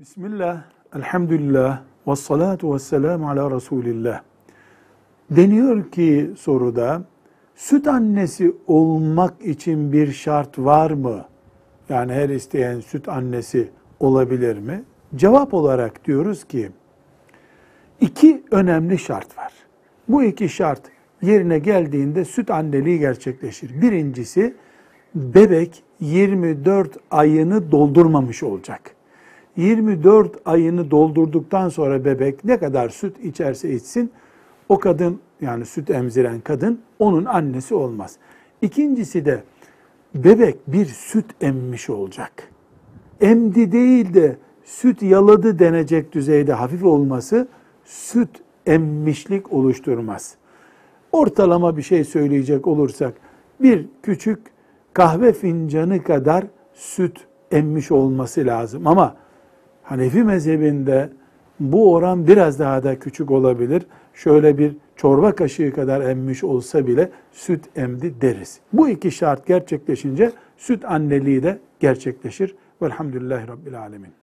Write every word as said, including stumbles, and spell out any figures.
Bismillah, elhamdülillah, ve salatu ve selamu ala Resulillah. Deniyor ki soruda, süt annesi olmak için bir şart var mı? Yani her isteyen süt annesi olabilir mi? Cevap olarak diyoruz ki, iki önemli şart var. Bu iki şart yerine geldiğinde süt anneliği gerçekleşir. Birincisi, bebek yirmi dört ayını doldurmamış olacak. yirmi dört ayını doldurduktan sonra bebek ne kadar süt içerse içsin, o kadın, yani süt emziren kadın onun annesi olmaz. İkincisi de bebek bir süt emmiş olacak. Emdi değil de süt yaladı denecek düzeyde hafif olması süt emmişlik oluşturmaz. Ortalama bir şey söyleyecek olursak bir küçük kahve fincanı kadar süt emmiş olması lazım. Ama Hanefi mezhebinde bu oran biraz daha da küçük olabilir. Şöyle bir çorba kaşığı kadar emmiş olsa bile süt emdi deriz. Bu iki şart gerçekleşince süt anneliği de gerçekleşir. Velhamdülillahi Rabbil Alemin.